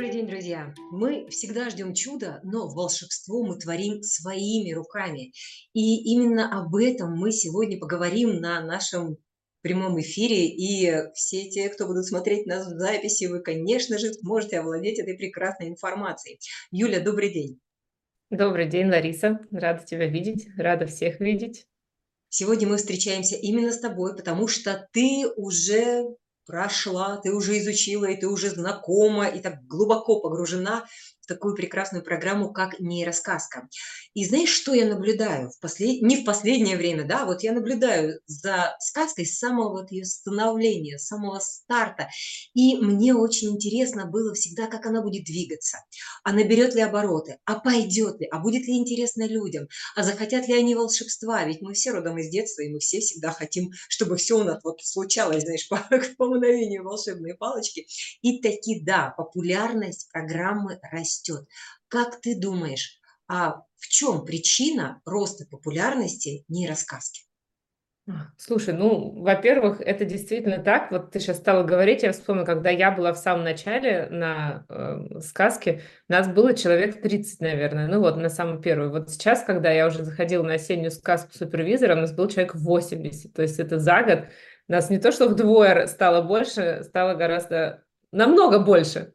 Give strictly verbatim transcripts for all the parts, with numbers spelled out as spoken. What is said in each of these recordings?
Добрый день, друзья! Мы всегда ждем чуда, но волшебство мы творим своими руками. И именно об этом мы сегодня поговорим на нашем прямом эфире. И все те, кто будут смотреть нас в записи, вы, конечно же, сможете овладеть этой прекрасной информацией. Юля, добрый день! Добрый день, Лариса. Рада тебя видеть, рада всех видеть. Сегодня мы встречаемся именно с тобой, потому что ты уже прошла, ты уже изучила, и ты уже знакома, и так глубоко погружена в такую прекрасную программу, как нейросказка. И знаешь, что я наблюдаю? В послед... Не в последнее время, да, вот я наблюдаю за сказкой с самого вот ее становления, с самого старта. И мне очень интересно было всегда, как она будет двигаться. А наберет ли обороты? А пойдет ли? А будет ли интересно людям? А захотят ли они волшебства? Ведь мы все родом из детства, и мы все всегда хотим, чтобы все у нас вот случалось, знаешь, по, по мгновению волшебной палочки. И таки да, популярность программы растет. Как ты думаешь, а в чем причина роста популярности нейросказки? А, Слушай, ну, во-первых, это действительно так. Вот ты сейчас стала говорить, я вспомнила, когда я была в самом начале на э, сказке, нас было человек тридцать, наверное, ну вот на самую первую. Вот сейчас, когда я уже заходила на осеннюю сказку супервизора, у нас был человек восемьдесят, то есть это за год. Нас не то что вдвое стало больше, стало гораздо, намного больше.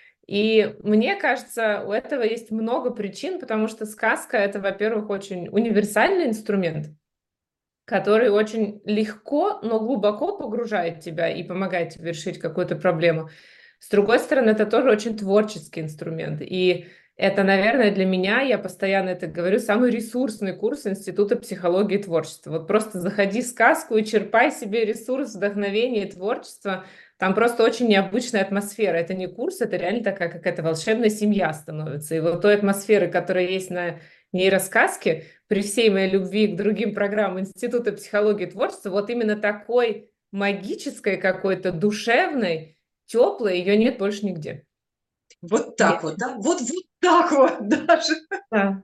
И мне кажется, у этого есть много причин, потому что сказка — это, во-первых, очень универсальный инструмент, который очень легко, но глубоко погружает тебя и помогает тебе решить какую-то проблему. С другой стороны, это тоже очень творческий инструмент. И это, наверное, для меня, я постоянно это говорю, самый ресурсный курс Института психологии и творчества. Вот просто заходи в сказку и черпай себе ресурс, вдохновение и творчество. Там просто очень необычная атмосфера. Это не курс, это реально такая какая-то волшебная семья становится. И вот той атмосферы, которая есть на нейросказке, при всей моей любви к другим программам Института психологии и творчества, вот именно такой магической какой-то, душевной, теплой, ее нет больше нигде. Вот так Нет. вот, да? Вот, вот так вот даже. Да.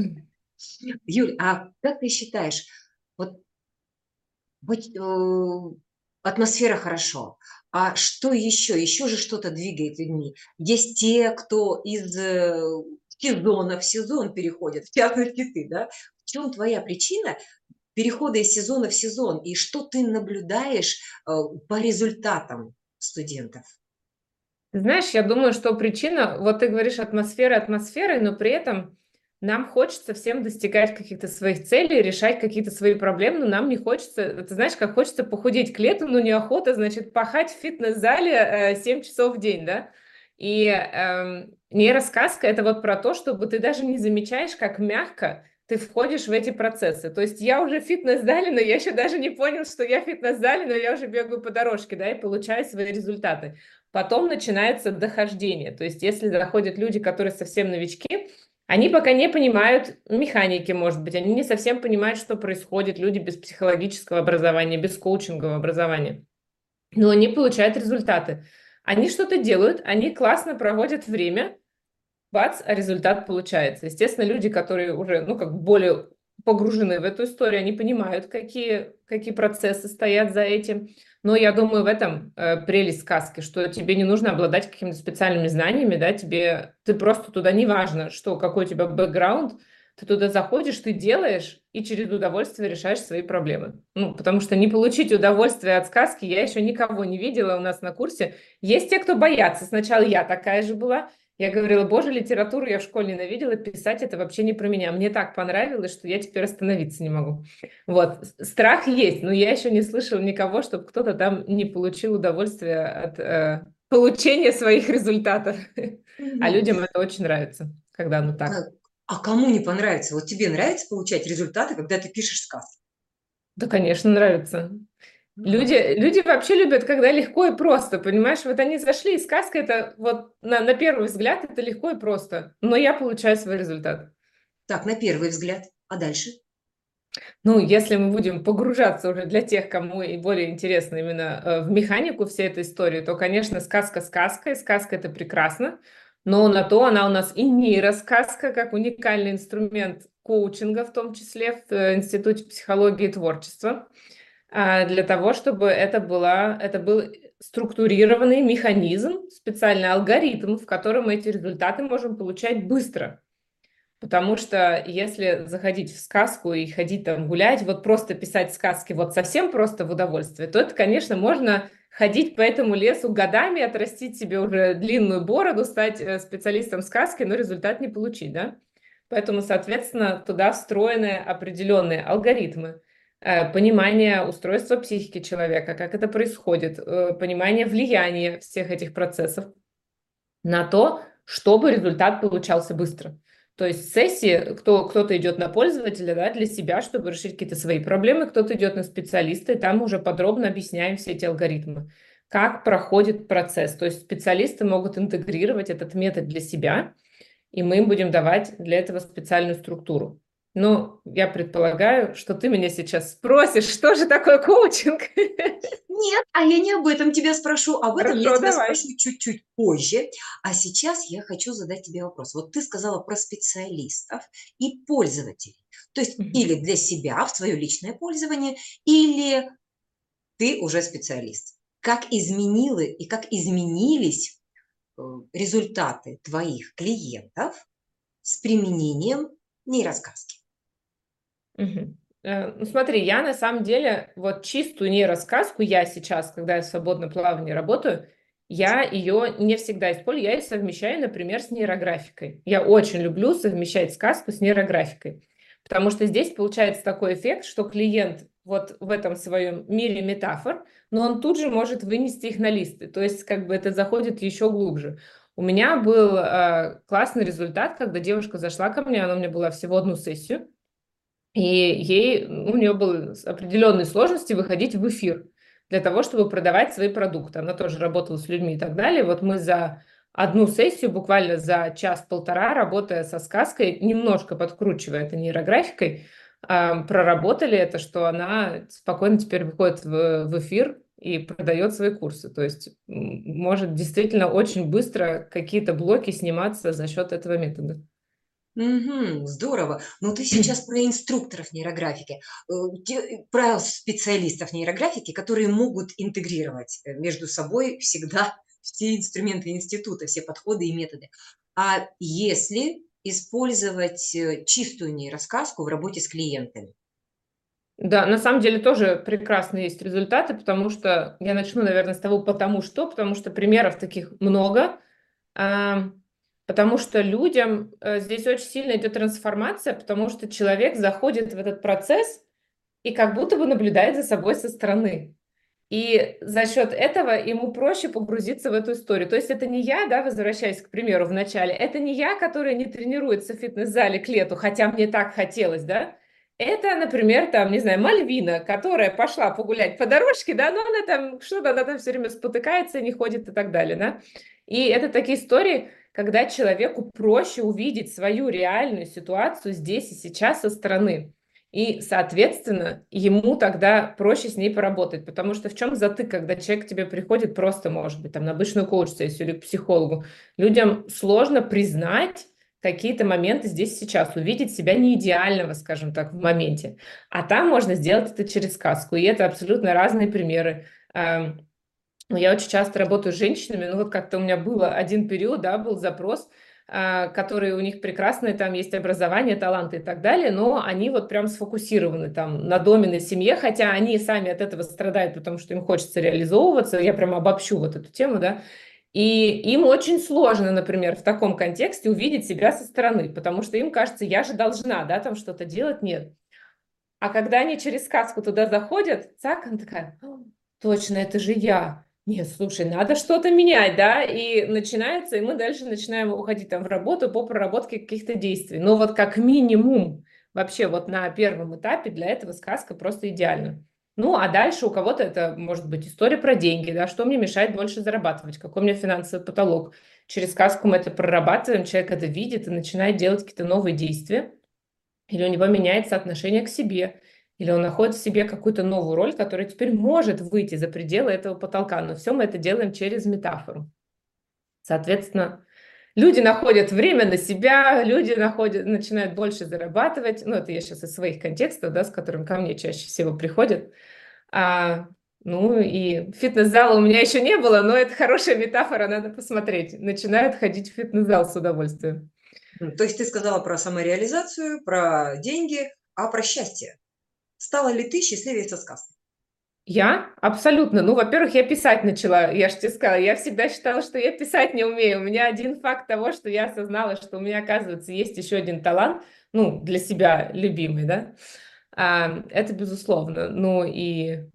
Юль, а как ты считаешь, вот быть, э, атмосфера хорошо. А что еще? Еще же что-то двигает людьми. Есть те, кто из э, сезона в сезон переходит, в частности ты, да? В чем твоя причина перехода из сезона в сезон? И что ты наблюдаешь э, по результатам студентов? Ты знаешь, я думаю, что причина, вот ты говоришь атмосфера атмосферой, но при этом нам хочется всем достигать каких-то своих целей, решать какие-то свои проблемы, но нам не хочется, ты знаешь, как хочется похудеть к лету, но неохота, значит, пахать в фитнес-зале э, семь часов в день, да? И эм, нейросказка — это вот про то, чтобы ты даже не замечаешь, как мягко ты входишь в эти процессы. То есть я уже в фитнес-зале, но я еще даже не понял, что я в фитнес-зале, но я уже бегаю по дорожке, да, и получаю свои результаты. Потом начинается дохождение. То есть если заходят люди, которые совсем новички, они пока не понимают механики, может быть, они не совсем понимают, что происходит, люди без психологического образования, без коучингового образования. Но они получают результаты. Они что-то делают, они классно проводят время, бац, а результат получается. Естественно, люди, которые уже, ну, как бы более погружены в эту историю, они понимают, какие, какие процессы стоят за этим. Но я думаю, в этом э, прелесть сказки, что тебе не нужно обладать какими-то специальными знаниями, да, тебе, ты просто туда, не важно, что, какой у тебя бэкграунд, ты туда заходишь, ты делаешь и через удовольствие решаешь свои проблемы. Ну, потому что не получить удовольствие от сказки я еще никого не видела у нас на курсе. Есть те, кто боятся. Сначала я такая же была, я говорила, боже, литературу я в школе ненавидела, писать это вообще не про меня. Мне так понравилось, что я теперь остановиться не могу. Вот, с- страх есть, но я еще не слышала никого, чтобы кто-то там не получил удовольствие от э, получения своих результатов. А Мгм. людям это очень нравится, когда оно так. Как- А кому не понравится? Вот тебе нравится получать результаты, когда ты пишешь сказки? Да, конечно, нравится. Люди, А. люди вообще любят, когда легко и просто, понимаешь? Вот они зашли, и сказка это вот на, на первый взгляд это легко и просто, но я получаю свой результат. Так, на первый взгляд. А дальше? Ну, если мы будем погружаться уже для тех, кому и более интересно именно э, в механику всей этой истории, то, конечно, сказка сказкой, сказка это прекрасно, но на то она у нас и нейросказка, как уникальный инструмент коучинга, в том числе в э, Институте психологии и творчества, а, для того, чтобы это была, это был структурированный механизм, специальный алгоритм, в котором мы эти результаты можем получать быстро. Потому что если заходить в сказку и ходить там гулять, вот просто писать сказки вот совсем просто в удовольствие, то это, конечно, можно ходить по этому лесу годами, отрастить себе уже длинную бороду, стать э, специалистом сказки, но результат не получить, да? Поэтому, соответственно, туда встроены определенные алгоритмы, э, понимание устройства психики человека, как это происходит, э, понимание влияния всех этих процессов на то, чтобы результат получался быстро. То есть сессии, кто, кто-то идет на пользователя, да, для себя, чтобы решить какие-то свои проблемы, кто-то идет на специалиста, и там уже подробно объясняем все эти алгоритмы, как проходит процесс. То есть специалисты могут интегрировать этот метод для себя, и мы им будем давать для этого специальную структуру. Но я предполагаю, что ты меня сейчас спросишь, что же такое коучинг? Нет, а я не об этом тебя спрошу, об этом я Хорошо, тебя давай. спрошу чуть-чуть позже. А сейчас я хочу задать тебе вопрос. Вот ты сказала про специалистов и пользователей. То есть Мгм. или для себя в свое личное пользование, или ты уже специалист. Как изменило и как изменились э, результаты твоих клиентов с применением нейросказки? Мгм. Э, Ну, смотри, я на самом деле вот чистую нейросказку я сейчас, когда я в свободном плавании работаю, я ее не всегда использую, я ее совмещаю, например, с нейрографикой. Я очень люблю совмещать сказку с нейрографикой, потому что здесь получается такой эффект, что клиент вот в этом своем мире метафор, но он тут же может вынести их на листы, то есть как бы это заходит еще глубже. У меня был э, классный результат, когда девушка зашла ко мне, она у меня была всего одну сессию, и ей, у нее были определенные сложности выходить в эфир для того, чтобы продавать свои продукты. Она тоже работала с людьми и так далее. Вот мы за одну сессию, буквально за час-полтора, работая со сказкой, немножко подкручивая это нейрографикой, а, проработали это, что она спокойно теперь выходит в, в эфир и продает свои курсы. То есть м, может действительно очень быстро какие-то блоки сниматься за счет этого метода. Мгм. Здорово. Ну, ты сейчас про инструкторов нейрографики, э, те- про специалистов нейрографики, которые могут интегрировать э, между собой всегда все инструменты института, все подходы и методы. А если использовать э, чистую нейросказку в работе с клиентами? Да, на самом деле тоже прекрасные есть результаты, потому что я начну, наверное, с того, потому что, потому что примеров таких много, а, потому что людям э, здесь очень сильно идет трансформация, потому что человек заходит в этот процесс и как будто бы наблюдает за собой со стороны. И за счет этого ему проще погрузиться в эту историю. То есть это не я, да, возвращаясь к примеру в начале, это не я, которая не тренируется в фитнес-зале к лету, хотя мне так хотелось, да. Это, например, там, не знаю, Мальвина, которая пошла погулять по дорожке, да, но она там, что-то она там все время спотыкается, не ходит и так далее, да. И это такие истории, когда человеку проще увидеть свою реальную ситуацию здесь и сейчас со стороны. И, соответственно, ему тогда проще с ней поработать, потому что в чем затык, когда человек к тебе приходит просто, может быть, там, на обычную коуч-сессию или к психологу, людям сложно признать какие-то моменты здесь и сейчас, увидеть себя не идеального, скажем так, в моменте. А там можно сделать это через сказку, и это абсолютно разные примеры. Эм, ну, я очень часто работаю с женщинами, ну вот как-то у меня был один период, да, был запрос, а, который у них прекрасное, там есть образование, таланты и так далее, но они вот прям сфокусированы там на доме, на семье, хотя они сами от этого страдают, потому что им хочется реализовываться, я прям обобщу вот эту тему, да, и им очень сложно, например, в таком контексте увидеть себя со стороны, потому что им кажется, я же должна, да, там что-то делать, нет. А когда они через сказку туда заходят, цак, она такая: «О, точно, это же я. Нет, слушай, надо что-то менять, да, и начинается, и мы дальше начинаем уходить там в работу по проработке каких-то действий. Но вот как минимум, вообще вот на первом этапе для этого сказка просто идеальна. Ну, а дальше у кого-то это может быть история про деньги, да, что мне мешает больше зарабатывать, какой у меня финансовый потолок. Через сказку мы это прорабатываем, человек это видит и начинает делать какие-то новые действия. Или у него меняется отношение к себе, или он находит в себе какую-то новую роль, которая теперь может выйти за пределы этого потолка. Но все мы это делаем через метафору. Соответственно, люди находят время на себя, люди находят, начинают больше зарабатывать. Ну, это я сейчас из своих контекстов, да, с которым ко мне чаще всего приходят. А, Ну и фитнес-зала у меня еще не было, но это хорошая метафора, надо посмотреть. Начинают ходить в фитнес-зал с удовольствием. М, То есть ты сказала про самореализацию, про деньги, а про счастье. Стала ли ты счастливее со сказкой? Я? Абсолютно. Ну, во-первых, я писать начала. Я же тебе сказала, я всегда считала, что я писать не умею. У меня один факт того, что я осознала, что у меня, оказывается, есть еще один талант, ну, для себя любимый, да, а, это безусловно. Ну и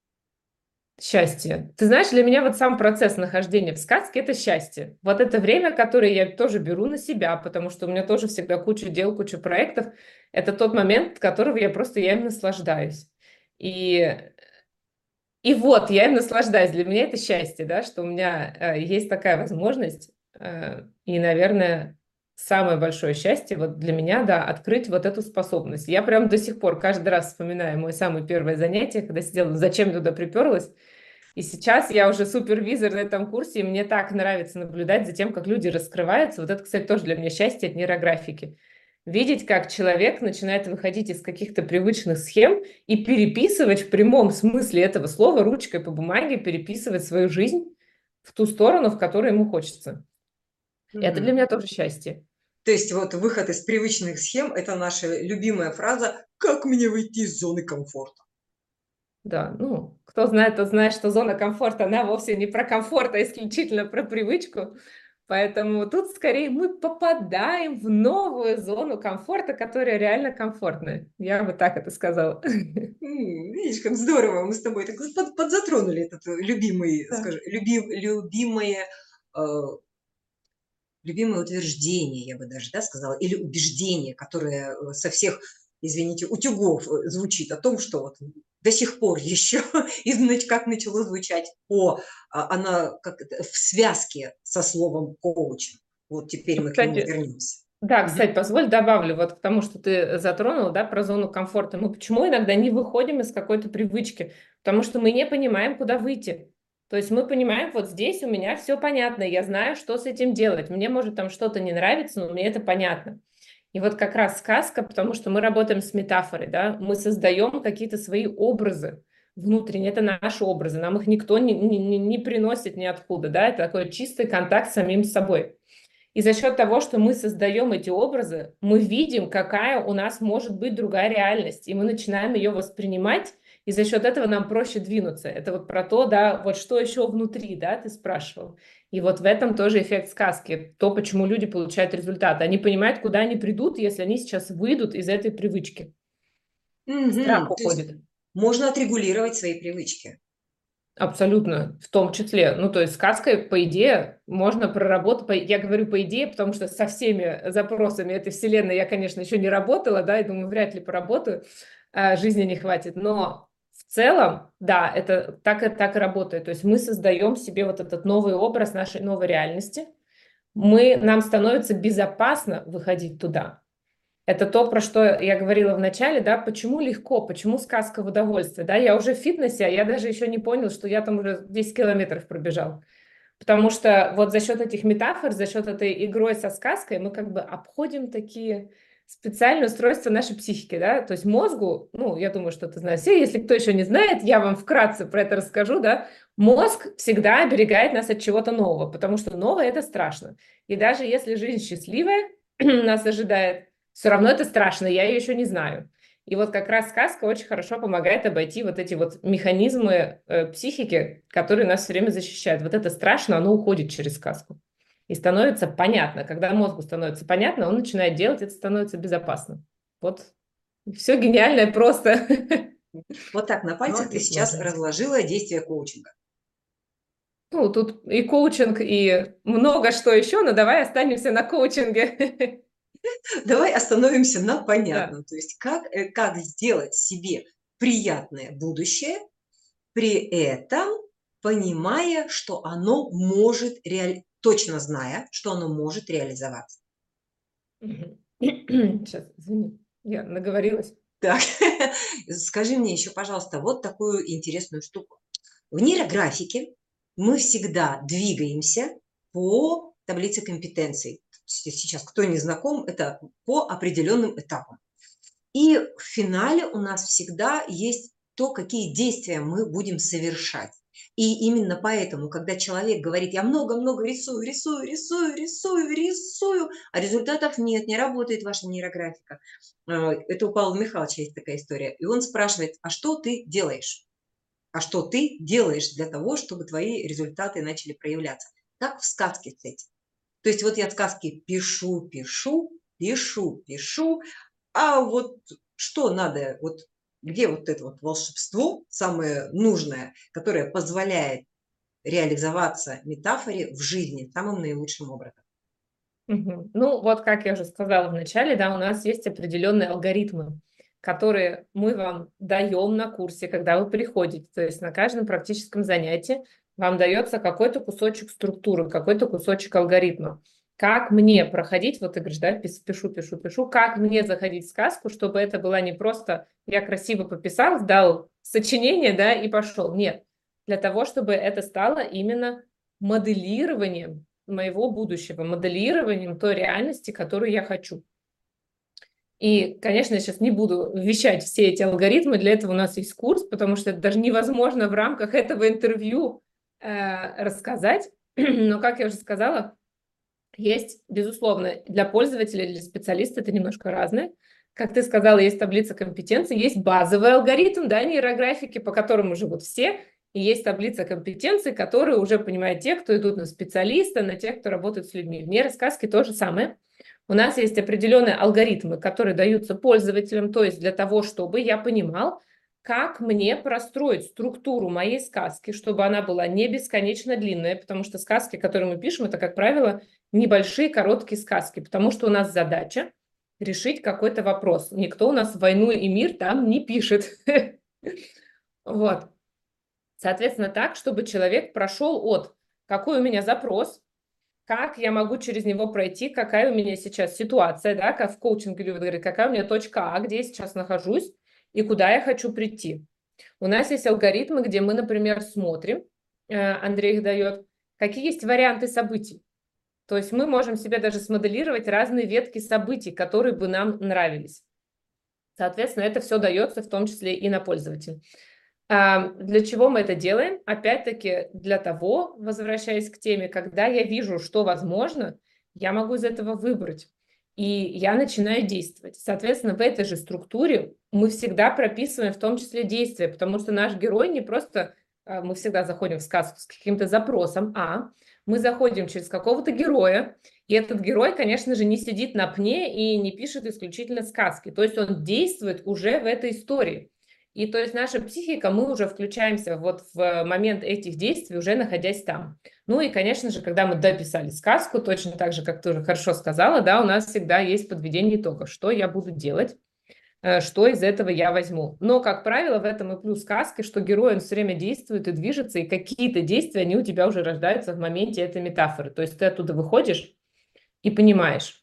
счастье. Ты знаешь, для меня вот сам процесс нахождения в сказке — это счастье. Вот это время, которое я тоже беру на себя, потому что у меня тоже всегда куча дел, куча проектов, это тот момент, от которого я просто, я им наслаждаюсь. И и вот я им наслаждаюсь. Для меня это счастье, да, что у меня э, есть такая возможность. э, и, наверное, самое большое счастье вот для меня, да, открыть вот эту способность. Я прям до сих пор каждый раз вспоминаю мое самое первое занятие, когда сидела, зачем туда приперлась. И сейчас я уже супервизор на этом курсе, и мне так нравится наблюдать за тем, как люди раскрываются. Вот это, кстати, тоже для меня счастье от нейрографики. Видеть, как человек начинает выходить из каких-то привычных схем и переписывать в прямом смысле этого слова ручкой по бумаге, переписывать свою жизнь в ту сторону, в которой ему хочется. Это для Мгм. меня тоже счастье. То есть вот выход из привычных схем – это наша любимая фраза «Как мне выйти из зоны комфорта?». Да, ну, кто знает, тот знает, что зона комфорта, она вовсе не про комфорт, а исключительно про привычку. Поэтому тут скорее мы попадаем в новую зону комфорта, которая реально комфортная. Я бы так это сказала. М, Видишь, как здорово, мы с тобой так под- подзатронули этот э, любимый, Да. скажи, люби- любимое, э, любимое утверждение, я бы даже, да, сказала, или убеждение, которое э, со всех, извините, утюгов э, звучит о том, что вот до сих пор еще, и знач- как начало звучать «о», а она как это, в связке со словом «коучинг». Вот теперь мы к нему Кстати, вернемся. да, Мгм. кстати, позволь добавлю вот к тому, что ты затронула, да, про зону комфорта. Мы почему иногда не выходим из какой-то привычки? Потому что мы не понимаем, куда выйти. То есть мы понимаем, вот здесь у меня все понятно, я знаю, что с этим делать. Мне может там что-то не нравится, но мне это понятно. И вот как раз сказка, потому что мы работаем с метафорой, да, мы создаем какие-то свои образы внутренние, это наши образы, нам их никто не, не, не не приносит ниоткуда, да, это такой чистый контакт с самим собой. И за счет того, что мы создаем эти образы, мы видим, какая у нас может быть другая реальность, и мы начинаем ее воспринимать, и за счет этого нам проще двинуться. Это вот про то, да, вот что еще внутри, да, ты спрашивал. И вот в этом тоже эффект сказки, то, почему люди получают результат. Они понимают, куда они придут, если они сейчас выйдут из этой привычки. Страх Мгм. То есть уходит. можно отрегулировать свои привычки. Абсолютно, в том числе. Ну, то есть сказкой, по идее, можно проработать. по- Я говорю по идее, потому что со всеми запросами этой вселенной я, конечно, еще не работала, да, и думаю, вряд ли поработаю, а, жизни не хватит. Но в целом, да, это так, и- так и работает. То есть мы создаем себе вот этот новый образ нашей новой реальности. Мы, нам становится безопасно выходить туда. Это то, про что я говорила в начале, да, почему легко, почему сказка в удовольствие, да, я уже в фитнесе, а я даже еще не понял, что я там уже десять километров пробежал. Потому что вот за счет этих метафор, за счет этой игрой со сказкой мы как бы обходим такие специальные устройства нашей психики, да, то есть мозгу, ну, я думаю, что ты знаешь все, если кто еще не знает, я вам вкратце про это расскажу, да, мозг всегда оберегает нас от чего-то нового, потому что новое — это страшно. И даже если жизнь счастливая нас ожидает, все равно это страшно, я ее еще не знаю. И вот как раз сказка очень хорошо помогает обойти вот эти вот механизмы э, психики, которые нас все время защищают. Вот это страшно, оно уходит через сказку. И становится понятно. Когда мозгу становится понятно, он начинает делать, это становится безопасно. Вот все гениальное просто, Вот так на но пальцах ты и сейчас сложно. разложила действие коучинга. Ну, тут и коучинг, и много что еще, но давай останемся на коучинге. Давай остановимся на Да. понятном. То есть как, э, как сделать себе приятное будущее, при этом понимая, что оно может реали точно зная, что оно может реализоваться. Мгм. Сейчас, извини, я наговорилась. Так, скажи мне еще, пожалуйста, вот такую интересную штуку. В нейрографике мы всегда двигаемся по таблице компетенций. С Сейчас, кто не знаком, это по определенным этапам. И в финале у нас всегда есть то, какие действия мы будем совершать. И именно поэтому, когда человек говорит: "Я много-много рисую, рисую, рисую, рисую, рисую", а результатов нет, не работает ваша нейрографика. А, это у Павла Михайловича есть такая история. И он спрашивает: "А что ты делаешь? А что ты делаешь для того, чтобы твои результаты начали проявляться?" Как в сказке с этим. То есть вот я сказки пишу, пишу, пишу, пишу, а вот что надо, вот где вот это вот волшебство самое нужное, которое позволяет реализоваться метафоре в жизни самым наилучшим образом? Мгм. Ну, вот как я уже сказала в начале, да, у нас есть определенные алгоритмы, которые мы вам даем на курсе, когда вы приходите. То есть на каждом практическом занятии вам дается какой-то кусочек структуры, какой-то кусочек алгоритма. Как мне проходить, вот ты говоришь, да, пис- пишу, пишу, пишу, как мне заходить в сказку, чтобы это была не просто я красиво пописал, сдал сочинение, да, и пошел. Нет, для того, чтобы это стало именно моделированием моего будущего, моделированием той реальности, которую я хочу. И, конечно, я сейчас не буду вещать все эти алгоритмы, для этого у нас есть курс, потому что это даже невозможно в рамках этого интервью э, рассказать. Но, как я уже сказала, есть, безусловно, для пользователя, для специалиста это немножко разное. Как ты сказала, есть таблица компетенций, есть базовый алгоритм, да, нейрографики, по которому живут все, и есть таблица компетенций, которые уже понимают те, кто идут на специалиста, на тех, кто работает с людьми. В нейросказке то же самое. У нас есть определенные алгоритмы, которые даются пользователям, то есть для того, чтобы я понимал, как мне простроить структуру моей сказки, чтобы она была не бесконечно длинная, потому что сказки, которые мы пишем, это, как правило, небольшие короткие сказки, потому что у нас задача решить какой-то вопрос. Никто у нас «Войну и мир» там не пишет. Вот. Соответственно, так, чтобы человек прошел от «какой у меня запрос», как я могу через него пройти, какая у меня сейчас ситуация, да, как в коучинге любят говорить, какая у меня точка А, где я сейчас нахожусь и куда я хочу прийти. У нас есть алгоритмы, где мы, например, смотрим, э, Андрей их дает, какие есть варианты событий. То есть мы можем себе даже смоделировать разные ветки событий, которые бы нам нравились. Соответственно, это все дается в том числе и на пользователя. А, Для чего мы это делаем? Опять-таки для того, возвращаясь к теме, когда я вижу, что возможно, я могу из этого выбрать. И я начинаю действовать. Соответственно, в этой же структуре мы всегда прописываем в том числе действия, потому что наш герой не просто, а, мы всегда заходим в сказку с каким-то запросом, а мы заходим через какого-то героя, и этот герой, конечно же, не сидит на пне и не пишет исключительно сказки. То есть он действует уже в этой истории. И то есть наша психика, мы уже включаемся вот в момент этих действий, уже находясь там. Ну и, конечно же, когда мы дописали сказку, точно так же, как ты уже хорошо сказала, да, у нас всегда есть подведение итогов, что я буду делать, э, что из этого я возьму. Но, как правило, в этом и плюс сказки, что герой, он все время действует и движется, и какие-то действия, они у тебя уже рождаются в моменте этой метафоры. То есть ты оттуда выходишь и понимаешь.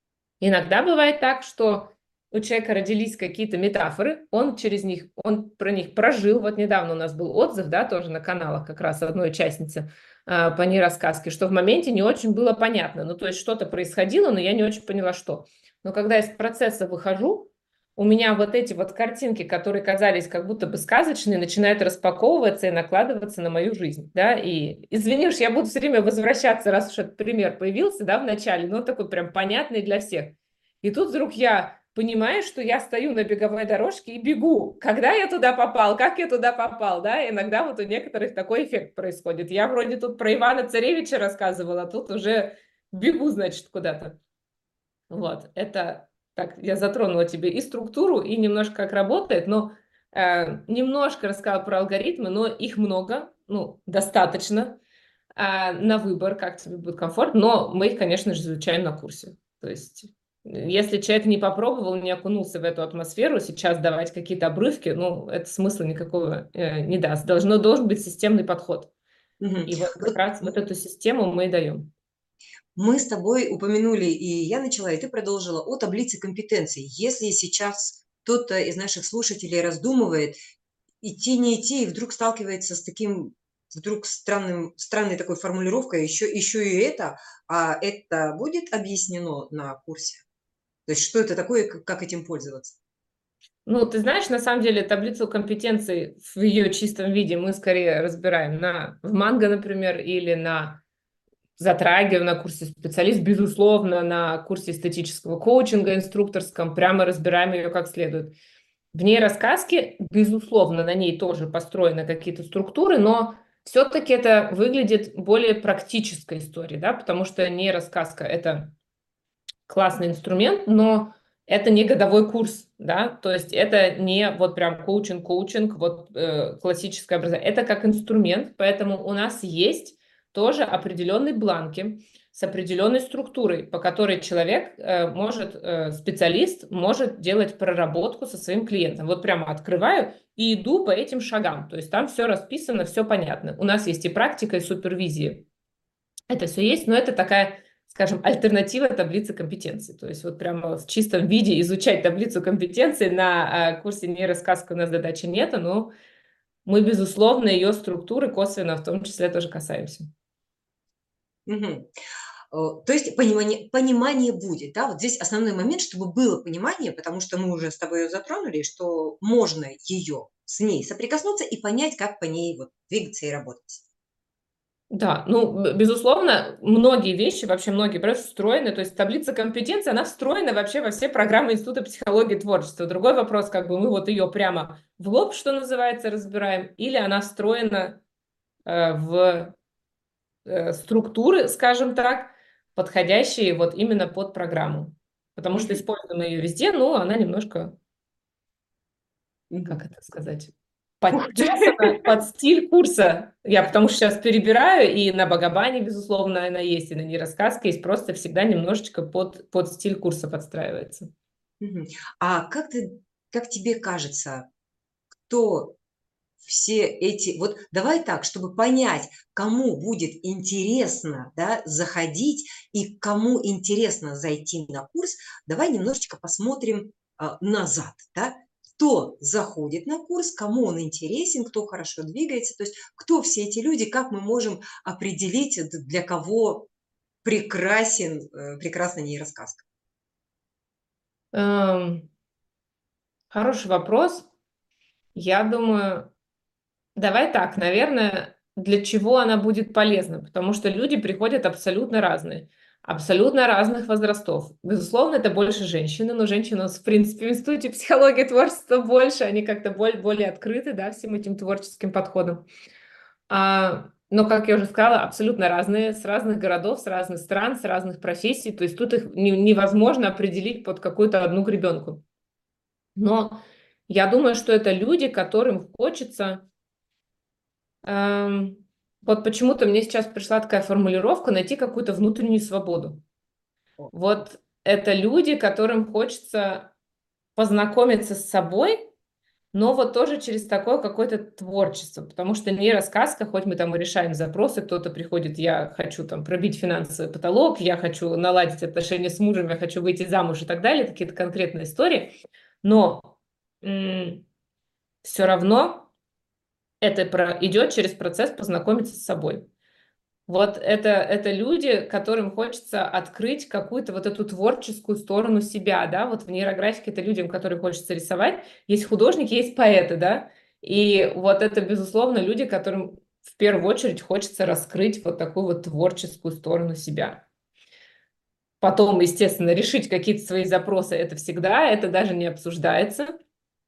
Иногда бывает так, что у человека родились какие-то метафоры, он через них, он про них прожил. Вот недавно у нас был отзыв, да, тоже на каналах как раз одной участницы а, по нейросказке, что в моменте не очень было понятно. Ну, то есть что-то происходило, но я не очень поняла, что. Но когда я из процесса выхожу, у меня вот эти вот картинки, которые казались как будто бы сказочные, начинают распаковываться и накладываться на мою жизнь, да, и извини уж, я буду все время возвращаться, раз уж этот пример появился, да, в начале, но он такой прям понятный для всех. И тут вдруг я понимаю, что я стою на беговой дорожке и бегу. Когда я туда попал, как я туда попал, да, иногда вот у некоторых такой эффект происходит. Я вроде тут про Ивана Царевича рассказывала, а тут уже бегу, значит, куда-то. Вот, это так, я затронула тебе и структуру, и немножко как работает, но э, немножко рассказала про алгоритмы, но их много, ну, достаточно э, на выбор, как тебе будет комфортно, но мы их, конечно же, изучаем на курсе. То есть, э, если человек не попробовал, не окунулся в эту атмосферу, сейчас давать какие-то обрывки, ну, это смысла никакого э, не даст. Должно, должен быть системный подход. Мгм. И вот как Вот раз вот эту систему мы и даем. мы с тобой упомянули, и я начала, и ты продолжила, о таблице компетенций. Если сейчас кто-то из наших слушателей раздумывает, идти, не идти, и вдруг сталкивается с таким, вдруг странным, странной такой формулировкой, еще, еще и это, а это будет объяснено на курсе? То есть что это такое, как как этим пользоваться? Ну, ты знаешь, на самом деле таблицу компетенций в ее чистом виде мы скорее разбираем на, в Манго, например, или на Затраге, на курсе специалист, безусловно, на курсе эстетического коучинга инструкторском, прямо разбираем ее как следует. В нейросказке, безусловно, на ней тоже построены какие-то структуры, но все-таки это выглядит более практической историей, да, потому что нейросказка — это классный инструмент, но это не годовой курс, да, то есть это не вот прям коучинг-коучинг, вот э, классическое образование, это как инструмент, поэтому у нас есть тоже определенные бланки с определенной структурой, по которой человек э, может, э, специалист может делать проработку со своим клиентом. Вот прямо открываю и иду по этим шагам, то есть там все расписано, все понятно. У нас есть и практика, и супервизия. Это все есть, но это такая, скажем, альтернатива таблицы компетенций. То есть вот прямо в чистом виде изучать таблицу компетенций на э, курсе нейросказка у нас задачи нет, но мы, безусловно, ее структуры косвенно в том числе тоже касаемся. Мгм. О, То есть понимание, понимание будет, да, вот здесь основной момент, чтобы было понимание, потому что мы уже с тобой ее затронули, что можно ее с ней соприкоснуться и понять, как по ней вот двигаться и работать. Да, ну, б- безусловно, многие вещи, вообще многие проекты встроены, то есть таблица компетенций, она встроена вообще во все программы Института психологии и творчества. Другой вопрос, как бы мы вот ее прямо в лоб, что называется, разбираем, или она встроена э, в э, структуры, скажем так, подходящие вот именно под программу. Потому что Мгм. используем мы ее везде, но она немножко, как Мгм. это сказать, подтесана под стиль курса. Я потому что сейчас перебираю, и на Багабане, безусловно, она есть, и на нейросказке есть, просто всегда немножечко под, под стиль курса подстраивается. Мгм. А как ты, как тебе кажется, кто все эти, вот давай так, чтобы понять, кому будет интересно, да, заходить и кому интересно зайти на курс, давай немножечко посмотрим а, назад, да, кто заходит на курс, кому он интересен, кто хорошо двигается, то есть кто все эти люди, как мы можем определить, д- для кого прекрасен, э, прекрасна нейросказка. Эм, Хороший вопрос. Я думаю, давай так, наверное, для чего она будет полезна? Потому что люди приходят абсолютно разные, абсолютно разных возрастов. Безусловно, это больше женщины, но женщин у нас, в принципе, в Институте психологии и творчества больше, они как-то более, более открыты, да, всем этим творческим подходам. А, но, как я уже сказала, абсолютно разные, с разных городов, с разных стран, с разных профессий. То есть тут их не- невозможно определить под какую-то одну гребенку. Но я думаю, что это люди, которым хочется. Эм, вот почему-то мне сейчас пришла такая формулировка найти какую-то внутреннюю свободу. О, Вот это люди, которым хочется познакомиться с собой, но вот тоже через такое какое-то творчество, потому что нейросказка, хоть мы там и решаем запросы, кто-то приходит, я хочу там пробить финансовый потолок, я хочу наладить отношения с мужем, я хочу выйти замуж и так далее, какие-то конкретные истории, но все равно это про, идет через процесс познакомиться с собой. Вот это, это люди, которым хочется открыть какую-то вот эту творческую сторону себя, да, вот в нейрографике это людям, которым хочется рисовать, есть художники, есть поэты, да, и вот это, безусловно, люди, которым в первую очередь хочется раскрыть вот такую вот творческую сторону себя. Потом, естественно, решить какие-то свои запросы, это всегда, это даже не обсуждается,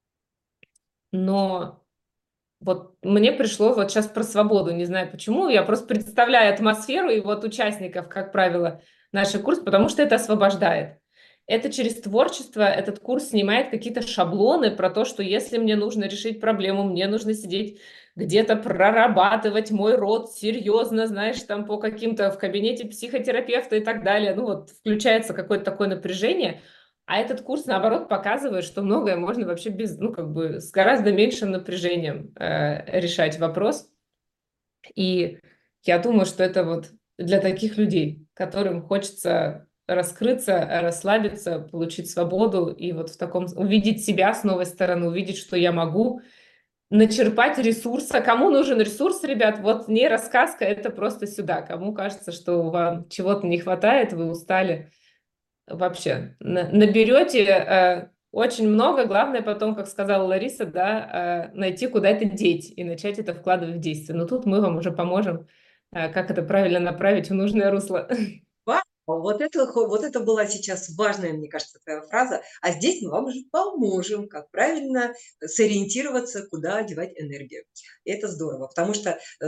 но вот мне пришло вот сейчас про свободу, не знаю почему, я просто представляю атмосферу и вот участников, как правило, наших курсов, потому что это освобождает. Это через творчество, этот курс снимает какие-то шаблоны про то, что если мне нужно решить проблему, мне нужно сидеть где-то прорабатывать мой род серьезно, знаешь, там по каким-то в кабинете психотерапевта и так далее. Ну вот включается какое-то такое напряжение, а этот курс, наоборот, показывает, что многое можно вообще без, ну, как бы с гораздо меньшим напряжением э, решать вопрос. И я думаю, что это вот для таких людей, которым хочется раскрыться, расслабиться, получить свободу и вот в таком увидеть себя с новой стороны, увидеть, что я могу начерпать ресурса. Кому нужен ресурс, ребят? Вот не рассказка, это просто сюда. Кому кажется, что вам чего-то не хватает, вы устали, вообще на- наберете э, очень много. Главное потом, как сказала Лариса, да, э, найти, куда это деть и начать это вкладывать в действие. Но тут мы вам уже поможем, э, как это правильно направить в нужное русло. Вау! Вот это, хо- вот это была сейчас важная, мне кажется, твоя фраза. А здесь мы вам уже поможем, как правильно сориентироваться, куда девать энергию. И это здорово, потому что э,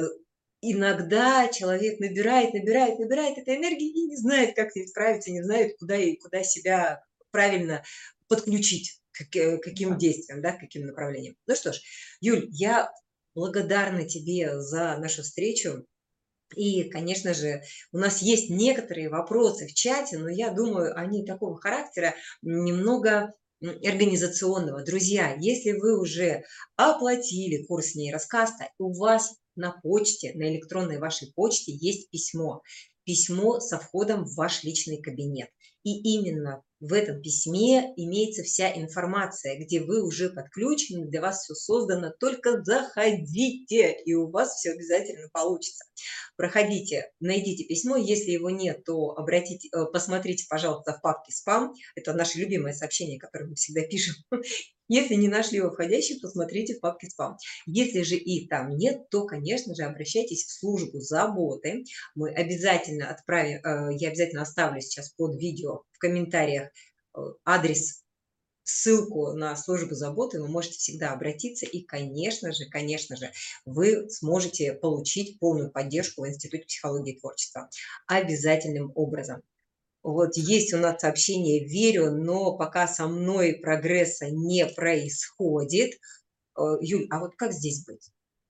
иногда человек набирает, набирает, набирает этой энергии и не знает, как с ней справиться, не знает, куда, и куда себя правильно подключить, к э, каким Да. действиям, да, к каким направлениям. Ну что ж, Юль, я благодарна тебе за нашу встречу. И, конечно же, у нас есть некоторые вопросы в чате, но я думаю, они такого характера немного м, организационного. Друзья, если вы уже оплатили курс нейроскаста, у вас на почте, на электронной вашей почте есть письмо. Письмо со входом в ваш личный кабинет. И именно в этом письме имеется вся информация, где вы уже подключены, для вас все создано. Только заходите, и у вас все обязательно получится. Проходите, найдите письмо, если его нет, то обратите, э, посмотрите, пожалуйста, в папке «Спам». Это наше любимое сообщение, которое мы всегда пишем. Если не нашли его входящий, посмотрите в папке «Спам». Если же и там нет, то, конечно же, обращайтесь в службу заботы. Мы обязательно отправим, э, я обязательно оставлю сейчас под видео в комментариях э, адрес, ссылку на службу заботы, вы можете всегда обратиться, и, конечно же, конечно же, вы сможете получить полную поддержку в Институте психологии и творчества обязательным образом. Вот есть у нас сообщение «Верю, но пока со мной прогресса не происходит». Э, Юль, а вот как здесь быть?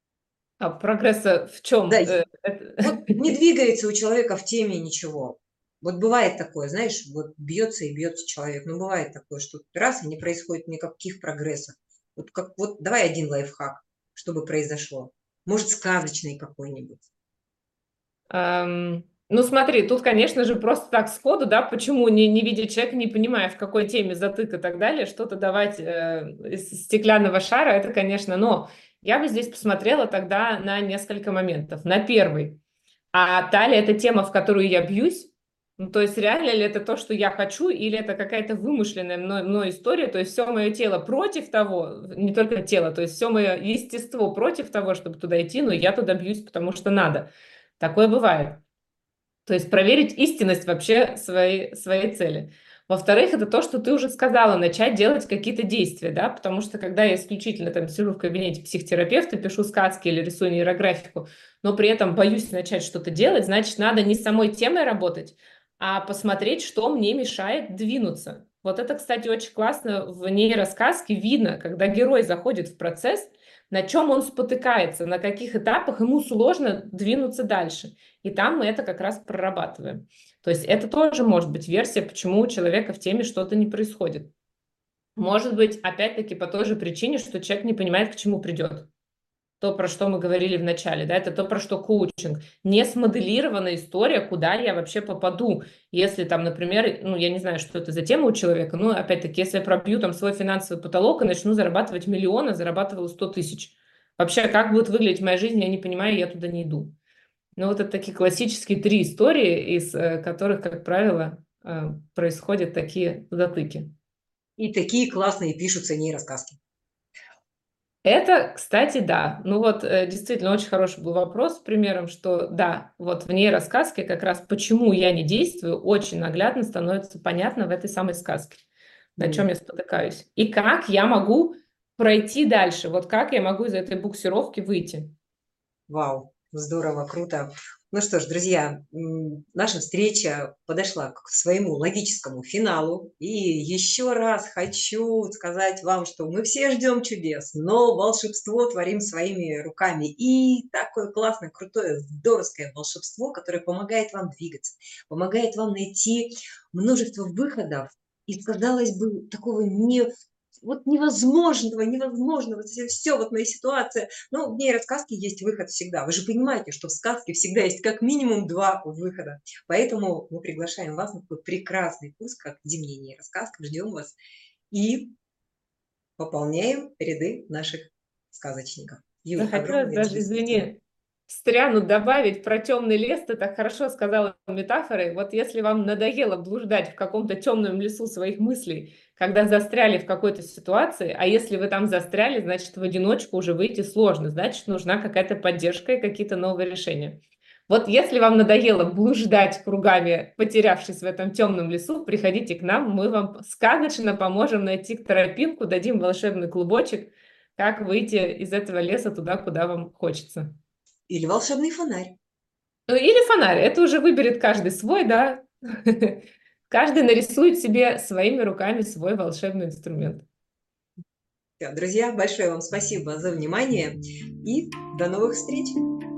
А прогресса в чем? Да, вот не двигается у человека в теме ничего. Вот бывает такое, знаешь, вот бьется и бьется человек. Ну, бывает такое, что раз и не происходит никаких прогрессов. Вот, как, вот давай один лайфхак, чтобы произошло. Может, сказочный какой-нибудь. Ам, ну, смотри, тут, конечно же, просто так сходу, да, почему не, не видя человека, не понимая, в какой теме затык и так далее, что-то давать э, из стеклянного шара, это, конечно, но я бы здесь посмотрела тогда на несколько моментов. На первый. А та ли это тема, в которую я бьюсь? Ну, то есть реально ли это то, что я хочу, или это какая-то вымышленная мной, мной история? То есть все мое тело против того, не только тело, то есть все мое естество против того, чтобы туда идти, но я туда бьюсь, потому что надо. Такое бывает. То есть проверить истинность вообще своей, своей цели. Во-вторых, это то, что ты уже сказала, начать делать какие-то действия, да, потому что когда я исключительно там сижу в кабинете психотерапевта, пишу сказки или рисую нейрографику, но при этом боюсь начать что-то делать, значит, надо не с самой темой работать, а посмотреть, что мне мешает двинуться. Вот это, кстати, очень классно в нейросказке видно, когда герой заходит в процесс, на чем он спотыкается, на каких этапах ему сложно двинуться дальше. И там мы это как раз прорабатываем. То есть это тоже может быть версия, почему у человека в теме что-то не происходит. Может быть, опять-таки, по той же причине, что человек не понимает, к чему придет. То, про что мы говорили в начале, да, это то, про что коучинг. Не смоделированная история, куда я вообще попаду. Если там, например, ну, я не знаю, что это за тема у человека, но, опять-таки, если я пробью там свой финансовый потолок и начну зарабатывать миллион, а зарабатывала сто тысяч. Вообще, как будет выглядеть моя жизнь, я не понимаю, я туда не иду. Ну, вот это такие классические три истории, из э, которых, как правило, э, происходят такие затыки. И такие классные пишутся нейросказки. Это, кстати, да. Ну вот, э, действительно, очень хороший был вопрос с примером, что да, вот в нейросказке как раз почему я не действую, очень наглядно становится понятно в этой самой сказке, на чем М, я спотыкаюсь. И как я могу пройти дальше, вот как я могу из этой буксировки выйти. Вау, здорово, круто. Ну что ж, друзья, м, наша встреча подошла к своему логическому финалу. И еще раз хочу сказать вам, что мы все ждем чудес, но волшебство творим своими руками. И такое классное, крутое, здоровское волшебство, которое помогает вам двигаться, помогает вам найти множество выходов из, казалось бы, такого не, вот невозможного, невозможного, все вот моя ситуация. Ну, в нейросказке есть выход всегда. Вы же понимаете, что в сказке всегда есть как минимум два выхода. Поэтому мы приглашаем вас на такой прекрасный курс, как «Зимняя нейросказка». Ждем вас и пополняем ряды наших сказочников. Юль, Захотелось огромное даже, тебе спасибо. извини, встряну добавить про темный лес, ты так хорошо сказала метафорой. Вот если вам надоело блуждать в каком-то темном лесу своих мыслей, когда застряли в какой-то ситуации, а если вы там застряли, значит, в одиночку уже выйти сложно, значит, нужна какая-то поддержка и какие-то новые решения. Вот если вам надоело блуждать кругами, потерявшись в этом темном лесу, приходите к нам, мы вам сказочно поможем найти тропинку, дадим волшебный клубочек, как выйти из этого леса туда, куда вам хочется. Или волшебный фонарь. Ну, или фонарь, это уже выберет каждый свой, да. Каждый нарисует себе своими руками свой волшебный инструмент. Всё, друзья, большое вам спасибо за внимание и до новых встреч!